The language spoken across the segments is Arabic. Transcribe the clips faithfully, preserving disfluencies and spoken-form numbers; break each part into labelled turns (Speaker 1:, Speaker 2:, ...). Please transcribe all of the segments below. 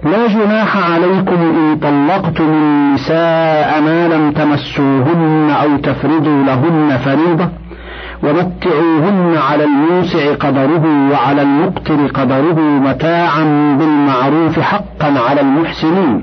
Speaker 1: لا جناح عليكم إن طلقتم النساء ما لم تمسوهن أو تفرضوا لهن فريضة ومتعوهن على الموسع قدره وعلى المقتر قدره متاعا بالمعروف حقا على المحسنين.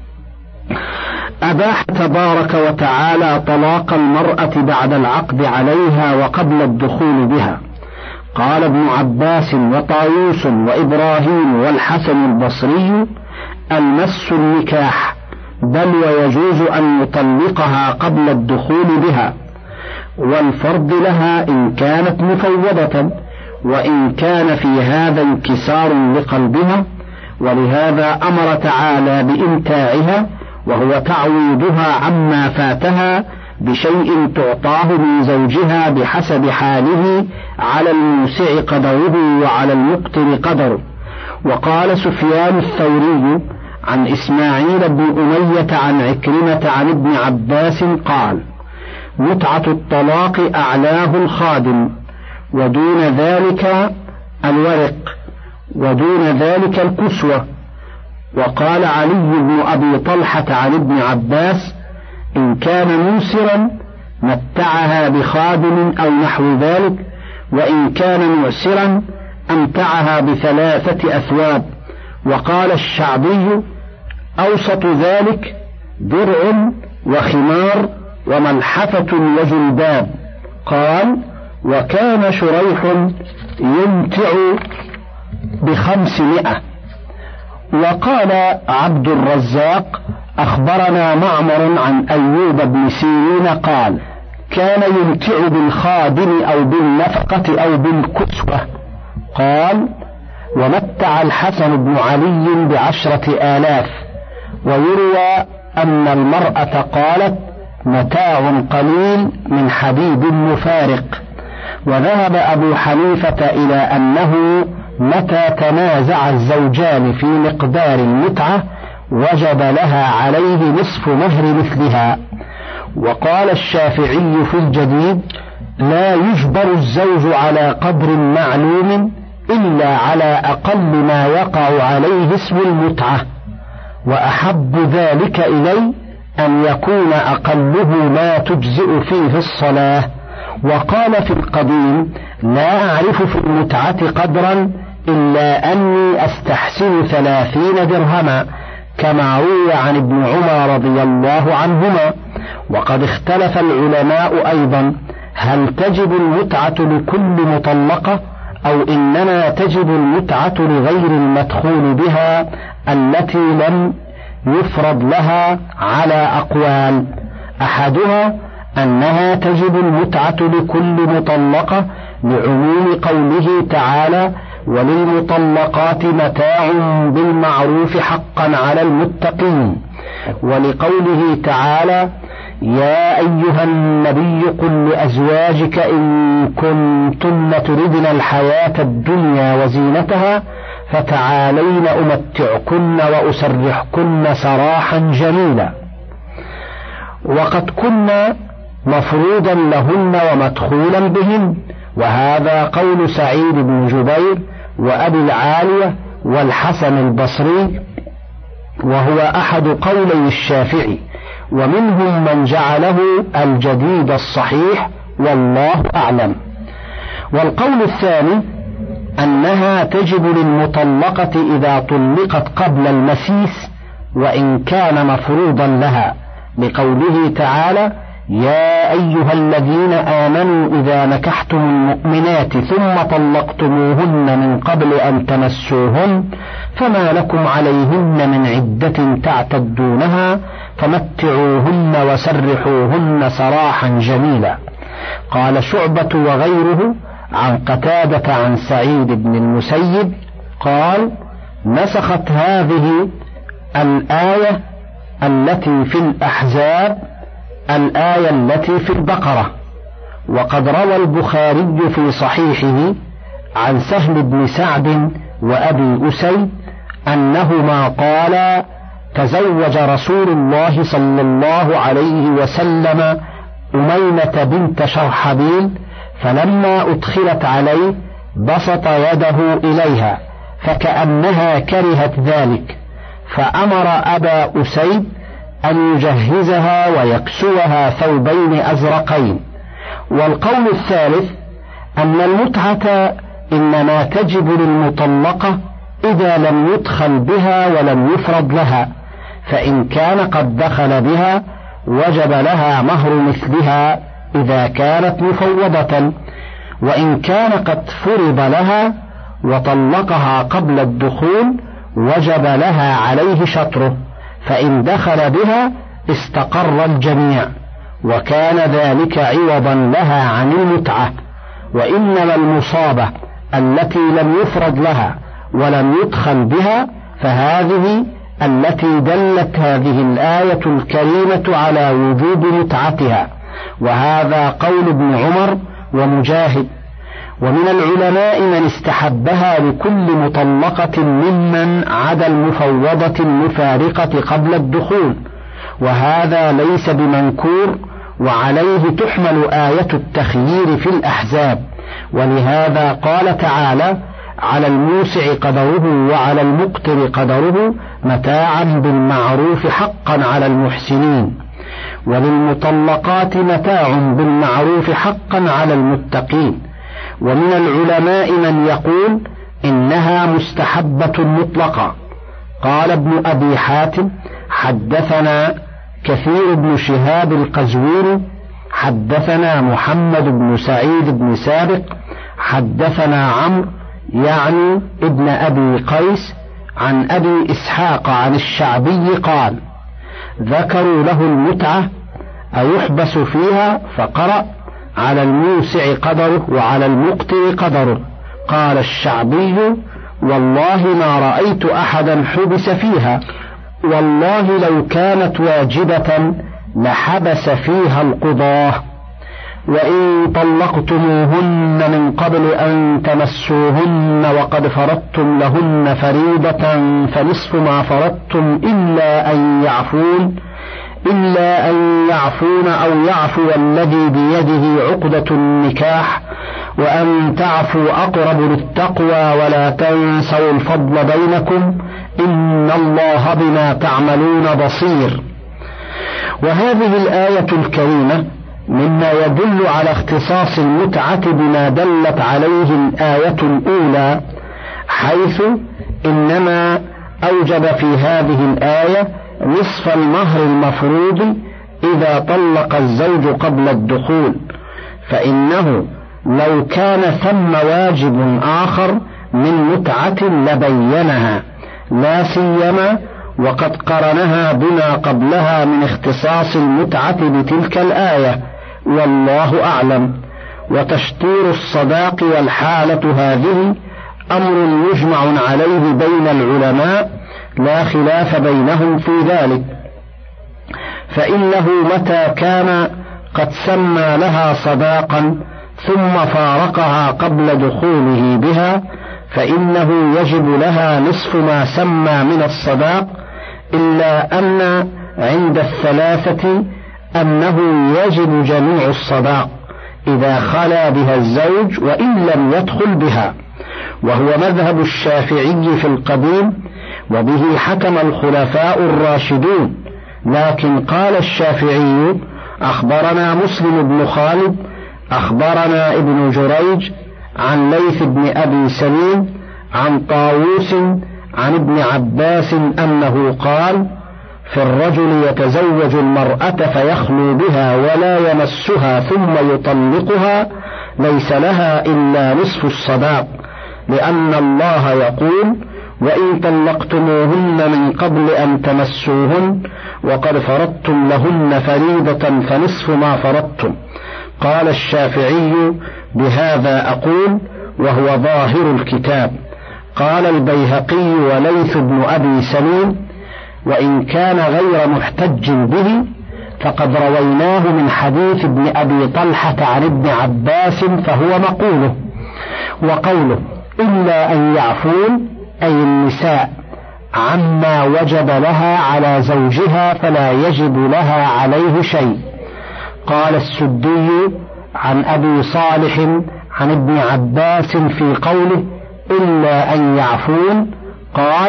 Speaker 1: أباح تبارك وتعالى طلاق المرأة بعد العقد عليها وقبل الدخول بها. قال ابن عباس وطاووس وإبراهيم والحسن البصري: المس النكاح، بل ويجوز أن يطلقها قبل الدخول بها، والفرض لها إن كانت مفوضة، وإن كان في هذا انكسار لقلبها، ولهذا أمر تعالى بإمتاعها، وهو تعويضها عما فاتها بشيء تعطاه من زوجها بحسب حاله على الموسع قدره وعلى المقتر قدره. وقال سفيان الثوري عن إسماعيل بن أمية عن عكرمة عن ابن عباس قال: متعة الطلاق أعلاه الخادم، ودون ذلك الورق، ودون ذلك الكسوة. وقال علي بن أبي طلحة عن ابن عباس: إن كان موسرا متعها بخادم أو نحو ذلك، وإن كان معسرا أمتعها بثلاثة أثواب. وقال الشعبي: أوسط ذلك درع وخمار وملحفة وجلباب. قال: وكان شريح يمتع بخمسمائة. وقال عبد الرزاق: أخبرنا معمر عن أيوب بن سيرين قال: كان يمتع بالخادم أو بالنفقة أو بالكسوة. قال: ومتع الحسن بن علي بعشرة آلاف. ويروى أن المرأة قالت: متاع قليل من حبيب مفارق. وذهب أبو حنيفة إلى أنه متى تنازع الزوجان في مقدار المتعة وجب لها عليه نصف مهر مثلها. وقال الشافعي في الجديد: لا يجبر الزوج على قدر معلوم إلا على أقل ما يقع عليه اسم المتعة، وأحب ذلك إلي أن يكون أقله ما تجزئ فيه الصلاة. وقال في القديم: لا أعرف في المتعة قدرا إلا أني أستحسن ثلاثين درهما، كما روي عن ابن عمر رضي الله عنهما. وقد اختلف العلماء أيضا: هل تجب المتعة لكل مطلقة، أو إنما تجب المتعة لغير المدخول بها التي لم يفرض لها على أقوال. أحدها أنها تجب المتعة لكل مطلقة لعموم قوله تعالى: وللمطلقات متاع بالمعروف حقا على المتقين، ولقوله تعالى: يا أيها النبي قل لأزواجك إن كنتن تردن الحياة الدنيا وزينتها فتعالين أمتعكن وأسرحكن سراحا جميلا. وقد كنا مفروضا لهن ومدخولا بهن، وهذا قول سعيد بن جبير وأبي العالية والحسن البصري، وهو أحد قولي الشافعي، ومنهم من جعله الجديد الصحيح، والله أعلم. والقول الثاني أنها تجب للمطلقة إذا طلقت قبل المسيس وإن كان مفروضا لها، لقوله تعالى: يا أيها الذين آمنوا إذا نكحتم المؤمنات ثم طلقتموهن من قبل أن تمسوهن فما لكم عليهن من عدة تعتدونها فمتعوهن وسرحوهن سراحا جميلا. قال شعبة وغيره عن قتادة عن سعيد بن المسيب قال: نسخت هذه الآية التي في الأحزاب الآية التي في البقرة. وقد روى البخاري في صحيحه عن سهل بن سعد وأبي أسيد أنهما قالا: تزوج رسول الله صلى الله عليه وسلم أمينة بنت شرحبيل، فلما أدخلت عليه بسط يده إليها فكأنها كرهت ذلك، فأمر أبا أسيد أن يجهزها ويكسوها ثوبين أزرقين. والقول الثالث أن المتعة إنما تجب للمطلقة إذا لم يدخل بها ولم يفرض لها، فإن كان قد دخل بها وجب لها مهر مثلها إذا كانت مفوضة، وإن كان قد فرض لها وطلقها قبل الدخول وجب لها عليه شطره، فإن دخل بها استقر الجميع، وكان ذلك عوضا لها عن المتعة. وإنما المصابة التي لم يفرض لها ولم يدخل بها فهذه التي دلت هذه الآية الكريمة على وجوب متعتها، وهذا قول ابن عمر ومجاهد. ومن العلماء من استحبها لكل مطلقة ممن عدا المفوضة المفارقة قبل الدخول، وهذا ليس بمنكور، وعليه تحمل آية التخيير في الأحزاب. ولهذا قال تعالى: على الموسع قدره وعلى المقتر قدره متاعا بالمعروف حقا على المحسنين، وللمطلقات متاع بالمعروف حقا على المتقين. ومن العلماء من يقول إنها مستحبة مطلقة. قال ابن أبي حاتم: حدثنا كثير بن شهاب القزويني حدثنا محمد بن سعيد بن سابق حدثنا عمرو يعني ابن أبي قيس عن أبي إسحاق عن الشعبي قال: ذكروا له المتعة أيحبس فيها؟ فقرأ: على الموسع قدره وعلى المقتر قدره. قال الشعبي: والله ما رأيت أحدا حبس فيها، والله لو كانت واجبة لحبس فيها القضاة. وإن طلقتموهن من قبل أن تمسوهن وقد فرضتم لهن فريضة فنصف ما فرضتم إلا أن يعفون إلا أن يعفون أو يعفو الذي بيده عقدة النكاح، وأن تعفوا أقرب للتقوى ولا تنسوا الفضل بينكم إن الله بما تعملون بصير. وهذه الآية الكريمة مما يدل على اختصاص المتعة بما دلت عليه الآية الأولى، حيث إنما أوجب في هذه الآية نصف المهر المفروض إذا طلق الزوج قبل الدخول، فإنه لو كان ثم واجب آخر من متعة لبينها، لا سيما وقد قرنها بما قبلها من اختصاص المتعة بتلك الآية، والله أعلم. وتشطير الصداق والحالة هذه أمر يجمع عليه بين العلماء لا خلاف بينهم في ذلك، فإنه متى كان قد سمى لها صداقا ثم فارقها قبل دخوله بها فإنه يجب لها نصف ما سمى من الصداق، إلا أن عند الثلاثة أنه يجب جميع الصداق إذا خلا بها الزوج وإن لم يدخل بها، وهو مذهب الشافعي في القديم، وبه حكم الخلفاء الراشدون. لكن قال الشافعي: أخبرنا مسلم بن خالد أخبرنا ابن جريج عن ليث بن أبي سليم عن طاووس عن ابن عباس أنه قال: في الرجل يتزوج المرأة فيخلو بها ولا يمسها ثم يطلقها ليس لها إلا نصف الصداق، لأن الله يقول: وإن طلقتموهن من قبل أن تمسوهن وقد فرضتم لهن فريضة فنصف ما فرضتم. قال الشافعي: بهذا أقول، وهو ظاهر الكتاب. قال البيهقي وليث بن أبي سليم: وإن كان غير محتج به فقد رويناه من حديث ابن أبي طلحة عن ابن عباس فهو مقوله. وقوله إلا أن يعفون أي النساء عما وجب لها على زوجها فلا يجب لها عليه شيء. قال السدي عن أبي صالح عن ابن عباس في قوله إلا أن يعفون، قال: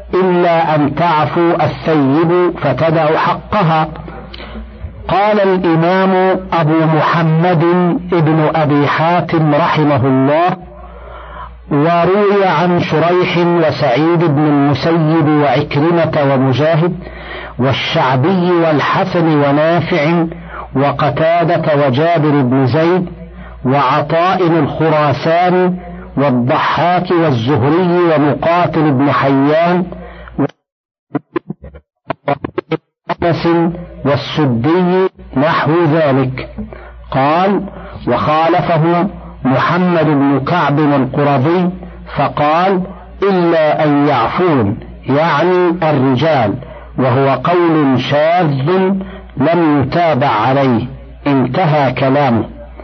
Speaker 1: إلا أن تعفو الثيب فتدع حقها. قال الإمام أبو محمد ابن أبي حاتم رحمه الله: وروي عن شريح وسعيد بن المسيب وعكرمة ومجاهد والشعبي والحسن ونافع وقتادة وجابر بن زيد وعطاء الخراساني والضحاك والزهري ومقاتل بن حيان وأنس والسدي نحو ذلك. قال: وخالفه محمد بن كعب القرظي فقال: إلا أن يعفون، يعني الرجال، وهو قول شاذ لم يتابع عليه. انتهى كلامه.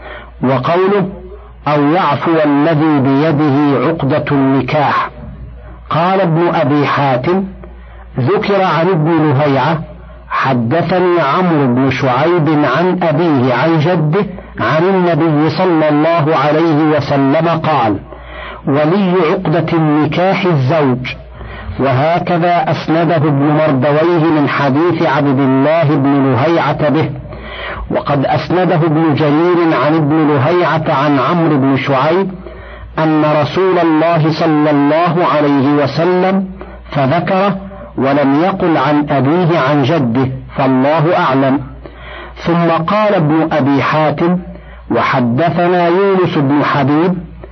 Speaker 1: وقوله: أو يعفو الذي بيده عقدة النكاح. قال ابن أبي حاتم: ذكر عن ابن لهيعة: حدثني عمرو بن شعيب عن أبيه عن جده عن النبي صلى الله عليه وسلم قال: ولي عقدة النكاح الزوج. وهكذا أسنده ابن مردويه من حديث عبد الله بن لهيعة به. وقد أسنده ابن جرير عن ابن لهيعة عن عمرو بن شعيب أن رسول الله صلى الله عليه وسلم فذكره، ولم يقل عن أبيه عن جده، فالله أعلم. ثم قال ابن أبي حاتم: وحدثنا يونس بن حبيب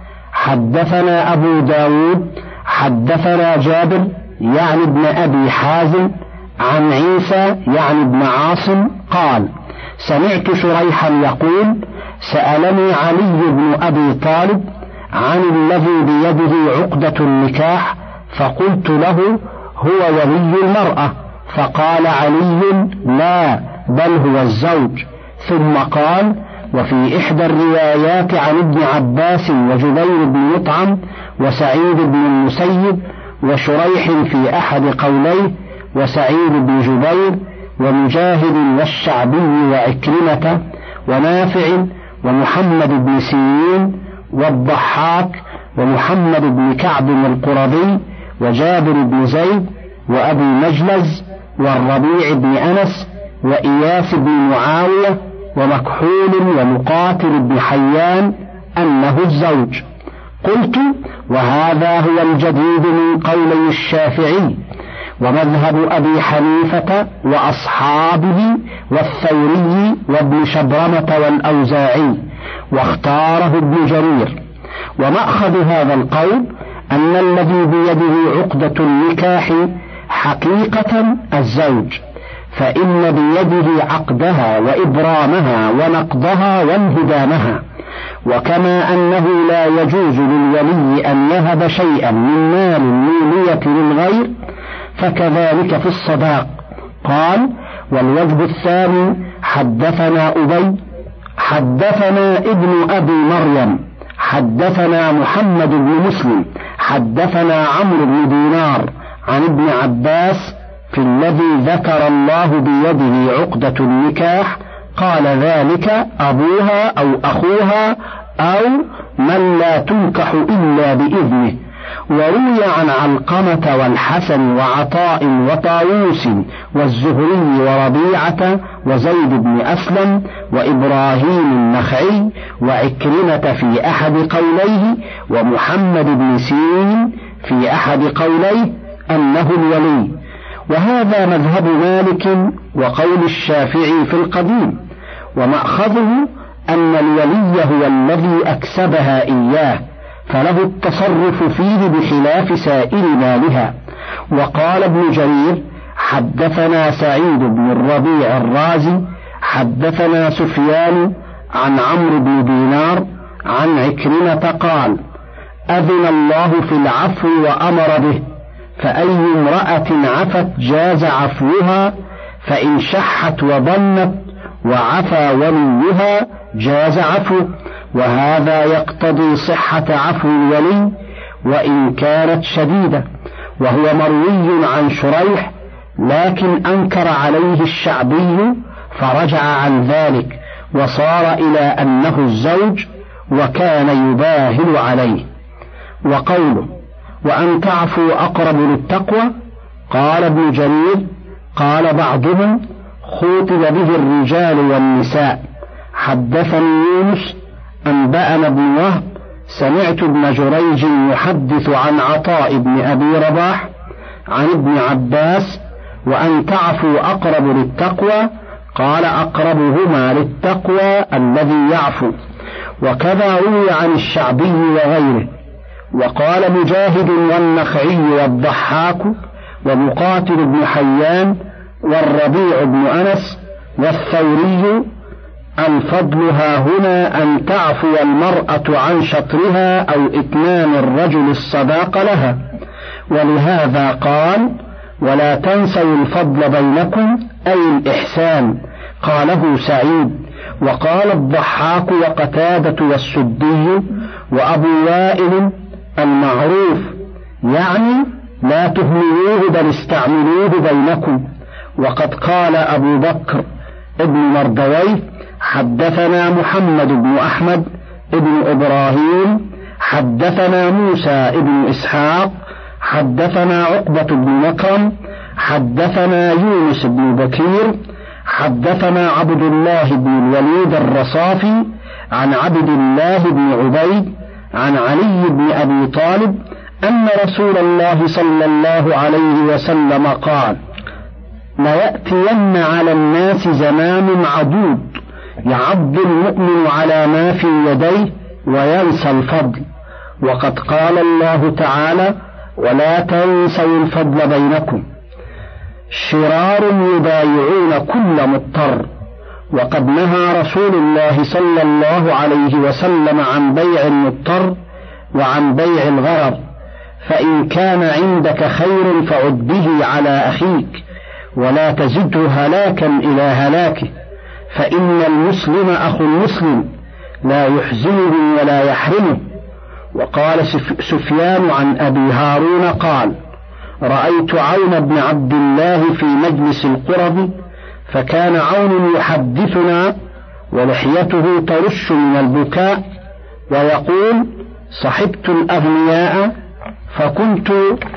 Speaker 1: حدثنا أبو داود حدثنا جابر يعني ابن أبي حازم عن عيسى يعني ابن عاصم قال: سمعت شريحا يقول: سألني علي بن أبي طالب عن الذي بيده عقدة النكاح، فقلت له: هو ولي المرأة. فقال علي: لا، بل هو الزوج. ثم قال: وفي إحدى الروايات عن ابن عباس وجبير بن مطعم وسعيد بن المسيب وشريح في أحد قوليه وسعيد بن جبير ومجاهد والشعبي وعكرمة ونافع ومحمد بن سيرين والضحاك ومحمد بن كعب القرظي وجابر بن زيد وأبي مجلز والربيع بن أنس وإياس بن معاوية ومكحول ومقاتل بن حيان أنه الزوج. قلت: وهذا هو الجديد من قولي الشافعي ومذهب أبي حنيفة وأصحابه والثوري وابن شبرمة والأوزاعي، واختاره ابن جرير. ومأخذ هذا القول أن الذي بيده عقدة النكاح حقيقة الزوج، فإن بيده عقدها وإبرامها ونقضها وانهدامها. وكما أنه لا يجوز للولي أن يهب شيئا من مال المولية للغير، فكذلك في الصداق. قال: والوجه الثاني: حدثنا أبي حدثنا ابن أبي مريم حدثنا محمد بن مسلم حدثنا عمرو بن دينار عن ابن عباس في الذي ذكر الله بيده عقدة النكاح، قال: ذلك أبوها أو أخوها أو من لا تنكح إلا بإذنه. وروي عن علقمة والحسن وعطاء وطاووس والزهري وربيعة وزيد بن أسلم وإبراهيم النخعي وعكرمة في أحد قوليه ومحمد بن سيرين في أحد قوليه أنه الولي. وهذا مذهب مالك وقول الشافعي في القديم. ومأخذه أن الولي هو الذي أكسبها إياه، فله التصرف فيه بخلاف سائر مالها. وقال ابن جرير: حدثنا سعيد بن الربيع الرازي حدثنا سفيان عن عمرو بن دينار عن عكرمة قال: أذن الله في العفو وأمر به، فأي امرأة عفت جاز عفوها، فإن شحت وضنت وعفى وليها جاز عفو. وهذا يقتضي صحة عفو الولي وإن كانت شديدة. وهو مروي عن شريح، لكن أنكر عليه الشعبي فرجع عن ذلك وصار إلى أنه الزوج، وكان يباهل عليه. وقوله: وأن تعفوا أقرب للتقوى، قال ابن جرير قال بعضهم خوطب به الرجال والنساء. حدثني يونس أنبأنا ابن وهب سمعت ابن جريج يحدث عن عطاء بن أبي رباح عن ابن عباس وأن تعفوا أقرب للتقوى، قال أقربهما للتقوى الذي يعفو. وكذا روي عن الشعبي وغيره. وقال مجاهد والنخعي والضحاك ومقاتل بن حيان والربيع بن أنس والثوري الفضل هاهنا أن تعفو المرأة عن شطرها أو إتمام الرجل الصداق لها، ولهذا قال ولا تنسوا الفضل بينكم أي الإحسان، قاله سعيد. وقال الضحاك وقتادة والسدي وأبو وائل المعروف يعني لا تهملوه بل استعملوه بينكم. وقد قال أبو بكر ابن مردويه حدثنا محمد بن أحمد ابن إبراهيم حدثنا موسى ابن إسحاق حدثنا عقبة بن مكرم حدثنا يونس بن بكير حدثنا عبد الله بن الوليد الرصافي عن عبد الله بن عبيد عن علي بن أبي طالب أن رسول الله صلى الله عليه وسلم قال ليأتين على الناس زمان عضوض يعض المؤمن على ما في يديه وينسى الفضل. وقد قال الله تعالى ولا تنسوا الفضل بينكم. شرار يبايعون كل مضطر. وقد نهى رسول الله صلى الله عليه وسلم عن بيع المضطر وعن بيع الغرر، فإن كان عندك خير فعد به على أخيك ولا تزده هلاكا إلى هلاكه، فإن المسلم أخو المسلم لا يحزنه ولا يحرمه. وقال سفيان عن أبي هارون قال رأيت عون بن عبد الله في مجلس القرب، فكان عون يحدثنا ولحيته ترش من البكاء ويقول صحبت الأغنياء فكنت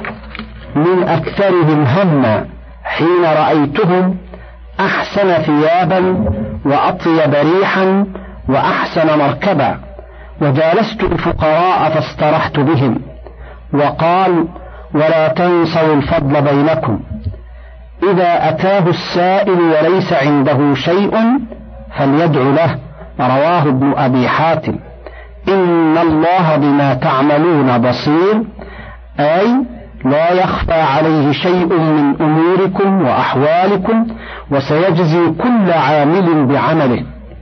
Speaker 1: من أكثرهم هما حين رأيتهم أحسن ثيابا وأطيب ريحا وأحسن مركبا، وجالست الفقراء فاسترحت بهم. وقال ولا تنسوا الفضل بينكم. إذا أتاه السائل وليس عنده شيء فليدع له، رواه ابن أبي حاتم. إن الله بما تعملون بصير، أي لا يخفى عليه شيء من أموركم وأحوالكم، وسيجزي كل عامل بعمله.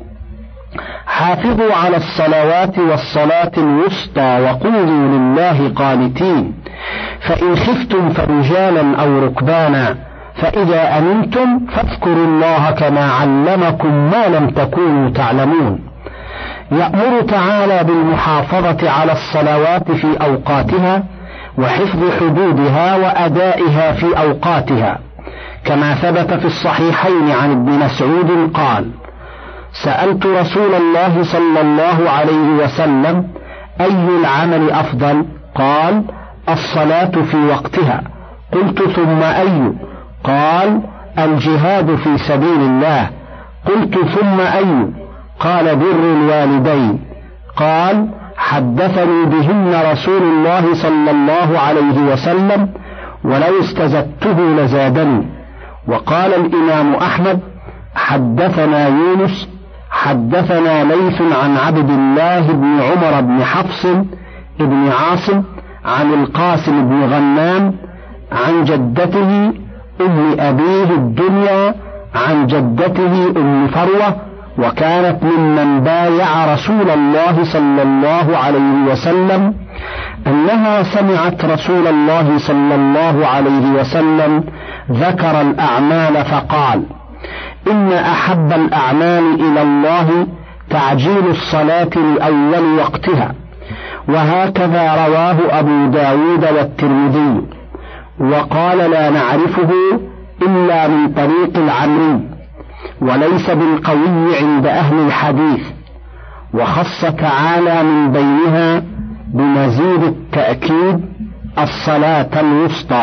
Speaker 1: حافظوا على الصلوات والصلاة الوسطى وقولوا لله قانتين، فإن خفتم فرجالا أو ركبانا، فإذا أمنتم فاذكروا الله كما علمكم ما لم تكونوا تعلمون. يأمر تعالى بالمحافظة على الصلوات في أوقاتها وحفظ حدودها وأدائها في أوقاتها، كما ثبت في الصحيحين عن ابن مسعود قال سألت رسول الله صلى الله عليه وسلم أي العمل أفضل؟ قال الصلاة في وقتها. قلت ثم أي؟ قال الجهاد في سبيل الله. قلت ثم أي؟ قال بر الوالدين. قال حدثني بهن رسول الله صلى الله عليه وسلم ولو استزدته لزادني. وقال الإمام أحمد حدثنا يونس حدثنا ليث عن عبد الله بن عمر بن حفص بن عاصم عن القاسم بن غنام عن جدته أم أبيه الدنيا عن جدته أم فروة، وكانت ممن بايع رسول الله صلى الله عليه وسلم، أنها سمعت رسول الله صلى الله عليه وسلم ذكر الأعمال فقال إن أحب الأعمال إلى الله تعجيل الصلاة لأول وقتها. وهكذا رواه أبو داود والترمذي. وقال لا نعرفه إلا من طريق العمري، وليس بالقوي عند أهل الحديث. وخص تعالى من بينها بمزيد التأكيد الصلاة الوسطى،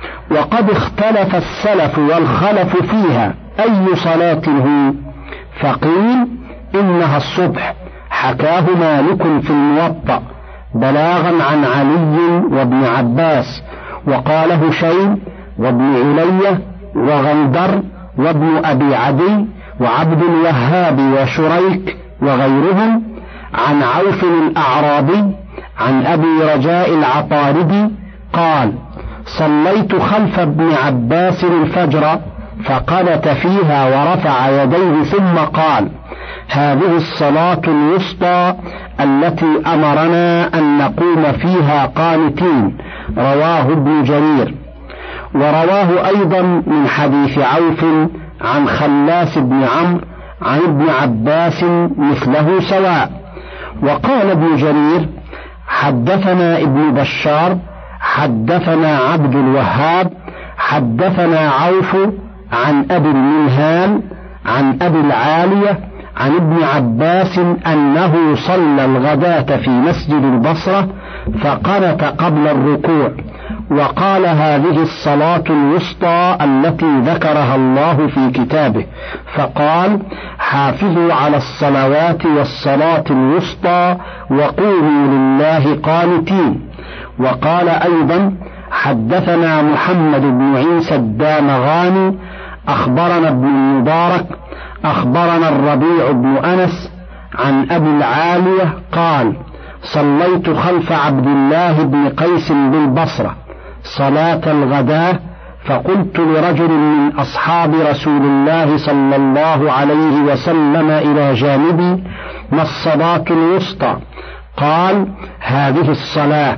Speaker 1: وقد اختلف السلف والخلف فيها أي صلاة هي، فقيل إنها الصبح، حكاه مالك في الموطأ بلاغا عن علي وابن عباس، وقال هشيم وابن علية وغندر وابن أبي عدي وعبد الوهاب وشريك وغيرهم عن عوف الأعرابي عن أبي رجاء العطاردي قال: صليت خلف ابن عباس الفجر فقنت فيها ورفع يديه ثم قال: هذه الصلاة الوسطى التي أمرنا أن نقوم فيها قانتين. رواه ابن جرير. ورواه أيضا من حديث عوف عن خلاس بن عمرو عن ابن عباس مثله سواء. وقال ابن جرير: حدثنا ابن بشار حدثنا عبد الوهاب حدثنا عوف عن أبي المنهال عن أبي العالية عن ابن عباس أنه صلى الغداة في مسجد البصرة فقنت قبل الركوع، وقال: هذه الصلاة الوسطى التي ذكرها الله في كتابه، فقال: حافظوا على الصلوات والصلاة الوسطى وقوموا لله قانتين. وقال أيضا: حدثنا محمد بن عيسى الدامغاني أخبرنا ابن المبارك أخبرنا الربيع بن أنس عن أبي العالية قال: صليت خلف عبد الله بن قيس بالبصرة صلاة الغداة، فقلت لرجل من أصحاب رسول الله صلى الله عليه وسلم إلى جانبي: ما الصلاة الوسطى؟ قال: هذه الصلاة.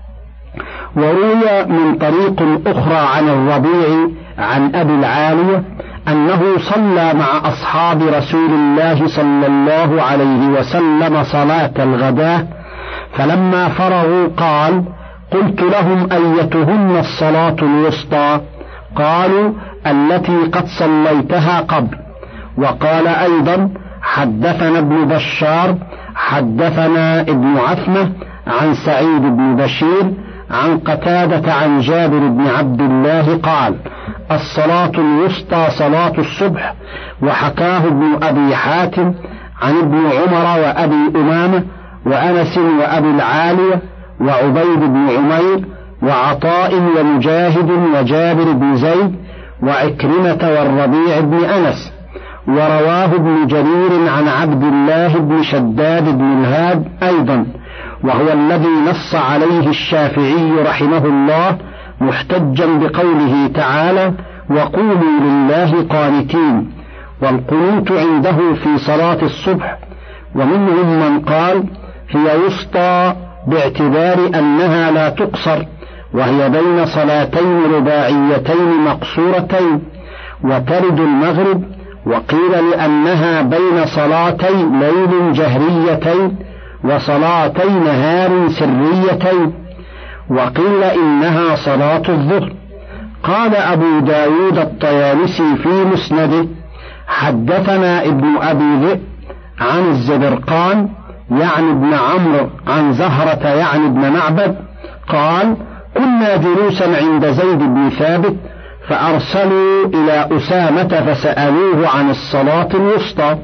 Speaker 1: وروي من طريق أخرى عن الربيع عن أبي العالية أنه صلى مع أصحاب رسول الله صلى الله عليه وسلم صلاة الغداة، فلما فرغوا قال: قلت لهم: أيتهن الصلاة الوسطى؟ قالوا: التي قد صليتها قبل. وقال أيضا: حدثنا ابن بشار حدثنا ابن عثمة عن سعيد بن بشير عن قتادة عن جابر بن عبد الله قال: الصلاة الوسطى صلاة الصبح. وحكاه ابن أبي حاتم عن ابن عمر وأبي أمامة وأنس وأبي العالية وعبيد بن عمير وعطاء ومجاهد وجابر بن زيد وعكرمة والربيع بن أنس. ورواه ابن جرير عن عبد الله بن شداد بن الهاد أيضا، وهو الذي نص عليه الشافعي رحمه الله محتجا بقوله تعالى: وقوموا لله قانتين. والقنوت عنده في صلاة الصبح، ومنهم من قال: هي وسطى باعتبار أنها لا تقصر، وهي بين صلاتين رباعيتين مقصورتين، وترد المغرب. وقيل لأنها بين صلاتي ليل جهريتين وصلاتي نهار سريتين. وقيل إنها صلاة الظهر. قال أبو داود الطيالسي في مسنده: حدثنا ابن أبي ذئب عن الزبرقان يعني ابن عمرو عن زهرة يعني ابن معبد قال: كنا جلوسا عند زيد بن ثابت فأرسلوا إلى أسامة فسألوه عن الصلاة الوسطى،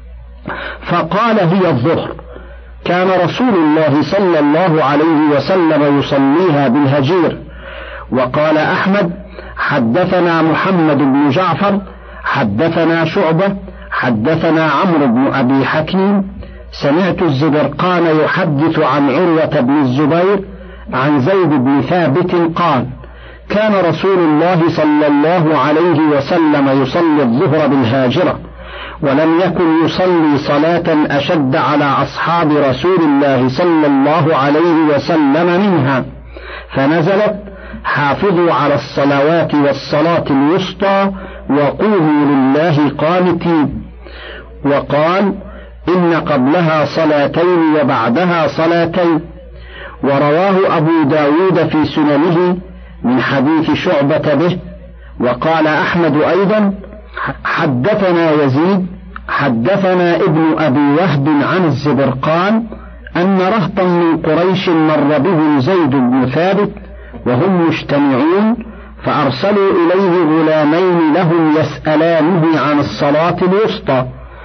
Speaker 1: فقال: هي الظهر. كان رسول الله صلى الله عليه وسلم يصليها بالهجير. وقال أحمد: حدثنا محمد بن جعفر حدثنا شعبة حدثنا عمرو بن أبي حكيم سمعت الزبرقان يحدث عن عروة بن الزبير عن زيد بن ثابت قال: كان رسول الله صلى الله عليه وسلم يصلي الظهر بالهاجرة، ولم يكن يصلي صلاة أشد على أصحاب رسول الله صلى الله عليه وسلم منها، فنزلت: حافظوا على الصلوات والصلاة الوسطى وقوموا لله قانتين. وقال: إن قبلها صلاتين وبعدها صلاتين. ورواه أبو داود في سننه من حديث شعبة به. وقال أحمد أيضا: حدثنا يزيد حدثنا ابن أبي وهب عن الزبرقان أن رهطا من قريش مر بهم زيد بن ثابت وهم مجتمعون، فأرسلوا إليه غلامين لهم يسألانه عن الصلاة الوسطى،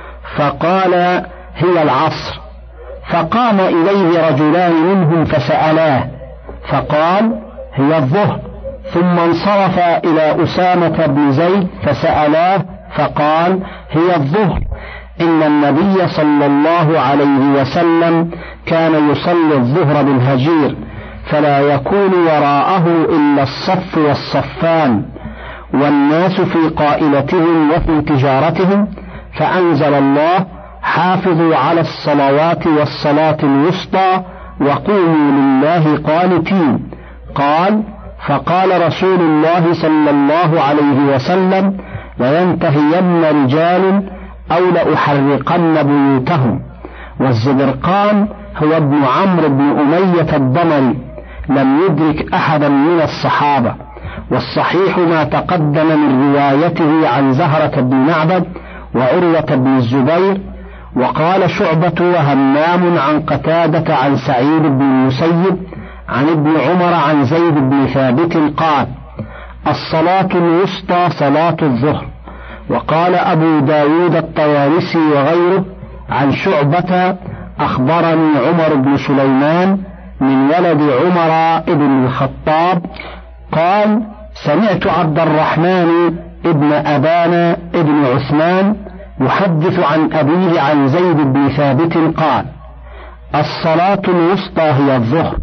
Speaker 1: فقال هي العصر. فقام إليه رجلان منهم فسألاه فقال هي الظهر. ثم انصرف إلى أسامة بن زيد فسألاه فقال هي الظهر. إن النبي صلى الله عليه وسلم كان يصلي الظهر بالهجير، فلا يكون وراءه إلا الصف والصفان، والناس في قائلتهم وفي تجارتهم، فأنزل الله حافظوا على الصلوات والصلاة الوسطى وقوموا لله قانتين. قال فقال رسول الله صلى الله عليه وسلم لينتهين رجال أو لأحرقن بيوتهم. والزبرقان هو ابن عمرو بن أمية الضمري، لم يدرك أحدا من الصحابة، والصحيح ما تقدم من روايته عن زهرة بن معبد وعروة بن الزبير. وقال شعبة وهمام عن قتادة عن سعيد بن المسيب عن ابن عمر عن زيد بن ثابت قال الصلاة الوسطى صلاة الظهر. وقال أبو داود الطيالسي وغيره عن شعبة أخبرني عمر بن سليمان من ولد عمر بن الخطاب قال سمعت عبد الرحمن ابن أبان ابن عثمان يحدث عن أبيه عن زيد بن ثابت قال الصلاة الوسطى هي الظهر.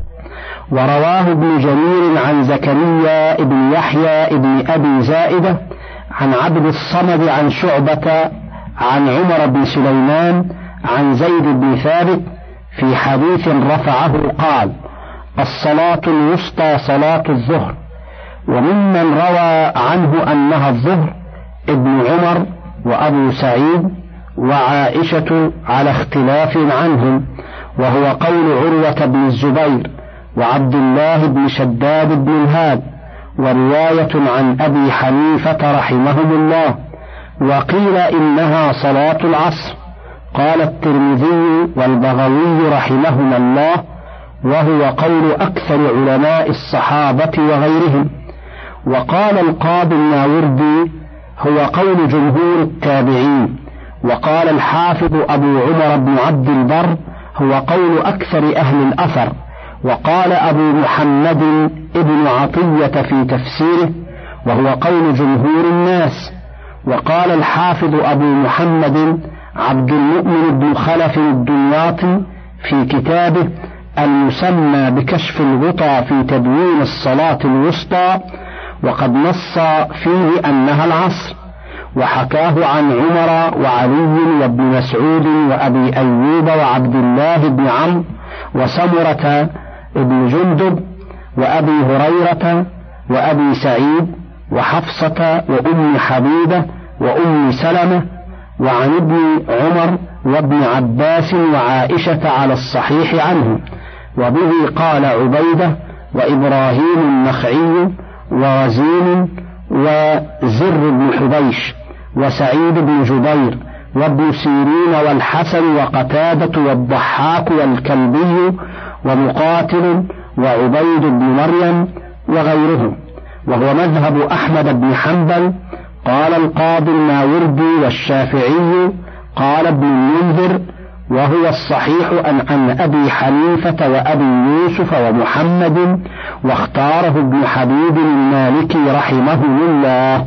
Speaker 1: ورواه ابن جرير عن زكريا ابن يحيى ابن أبي زائدة عن عبد الصمد عن شعبة عن عمر بن سليمان عن زيد بن ثابت في حديث رفعه قال الصلاة الوسطى صلاة الظهر. وممن روى عنه أنها الظهر ابن عمر وأبو سعيد وعائشة على اختلاف عنهم، وهو قول عروة بن الزبير وعبد الله بن شداد بن الهاد، ورواية عن أبي حنيفة رحمهم الله. وقيل إنها صلاة العصر. قال الترمذي والبغوي رحمهما الله، وهو قول أكثر علماء الصحابة وغيرهم. وقال القاضي الناوردي هو قول جمهور التابعين. وقال الحافظ أبو عمر بن عبد البر هو قول أكثر أهل الأثر. وقال أبو محمد ابن عطية في تفسيره وهو قول جمهور الناس. وقال الحافظ أبو محمد عبد المؤمن بن خلف الدنياطي في كتابه المسمى بكشف الغطى في تدوين الصلاة الوسطى، وقد نص فيه أنها العصر، وحكاه عن عمر وعلي وابن مسعود وأبي أيوب وعبد الله بن عمرو وسمرة ابن جندب وأبي هريرة وأبي سعيد وحفصة وأم حبيبة وأم سلمة وعن ابن عمر وابن عباس وعائشة على الصحيح عنه. وبه قال عبيدة وإبراهيم النخعي ورزين وزر بن حبيش وسعيد بن جبير وابن سيرين والحسن وقتادة والضحاك والكلبي ومقاتل وعبيد بن مريم وغيرهم، وهو مذهب أحمد بن حنبل. قال القاضي الماوردي والشافعي قال ابن المنذر وهو الصحيح أن عن أبي حنيفة وأبي يوسف ومحمد، واختاره ابن حبيب المالكي رحمه الله.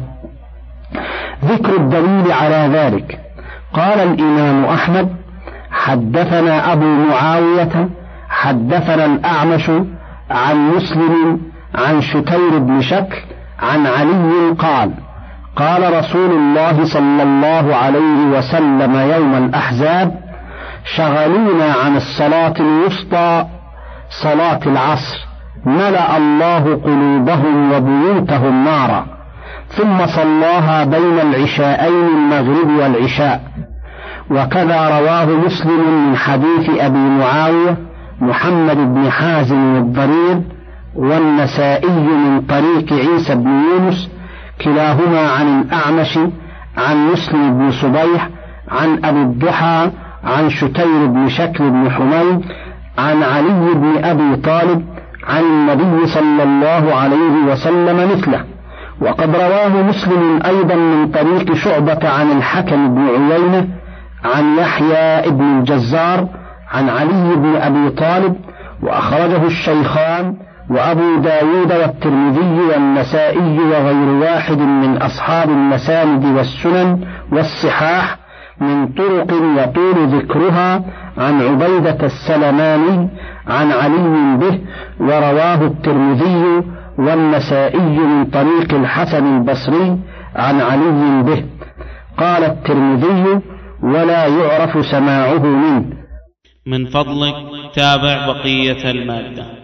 Speaker 1: ذكر الدليل على ذلك. قال الإمام أحمد حدثنا أبو معاوية حدثنا الأعمش عن مسلم عن شتير بن شكل عن علي قال قال رسول الله صلى الله عليه وسلم يوم الأحزاب شغلونا عن الصلاة الوسطى صلاة العصر ملأ الله قلوبهم وبيوتهم نارا، ثم صلاها بين العشاءين المغرب والعشاء. وكذا رواه مسلم من حديث أبي معاوية محمد بن حازم الضرير والنسائي من طريق عيسى بن يونس كلاهما عن الأعمش عن مسلم بن صبيح عن أبي الضحى عن شتير بن شكل بن حميد عن علي بن أبي طالب عن النبي صلى الله عليه وسلم مثله. وقد رواه مسلم أيضا من طريق شعبة عن الحكم بن عيينة عن يحيى بن الجزار عن علي بن أبي طالب، وأخرجه الشيخان وأبو داود والترمذي والنسائي وغير واحد من أصحاب المساند والسنن والصحاح من طرق يطول ذكرها عن عبيدة السلماني عن علي به، ورواه الترمذي والنسائي من طريق الحسن البصري عن علي به. قال الترمذي: ولا يعرف سماعه منه.
Speaker 2: من فضلك تابع بقية المادة.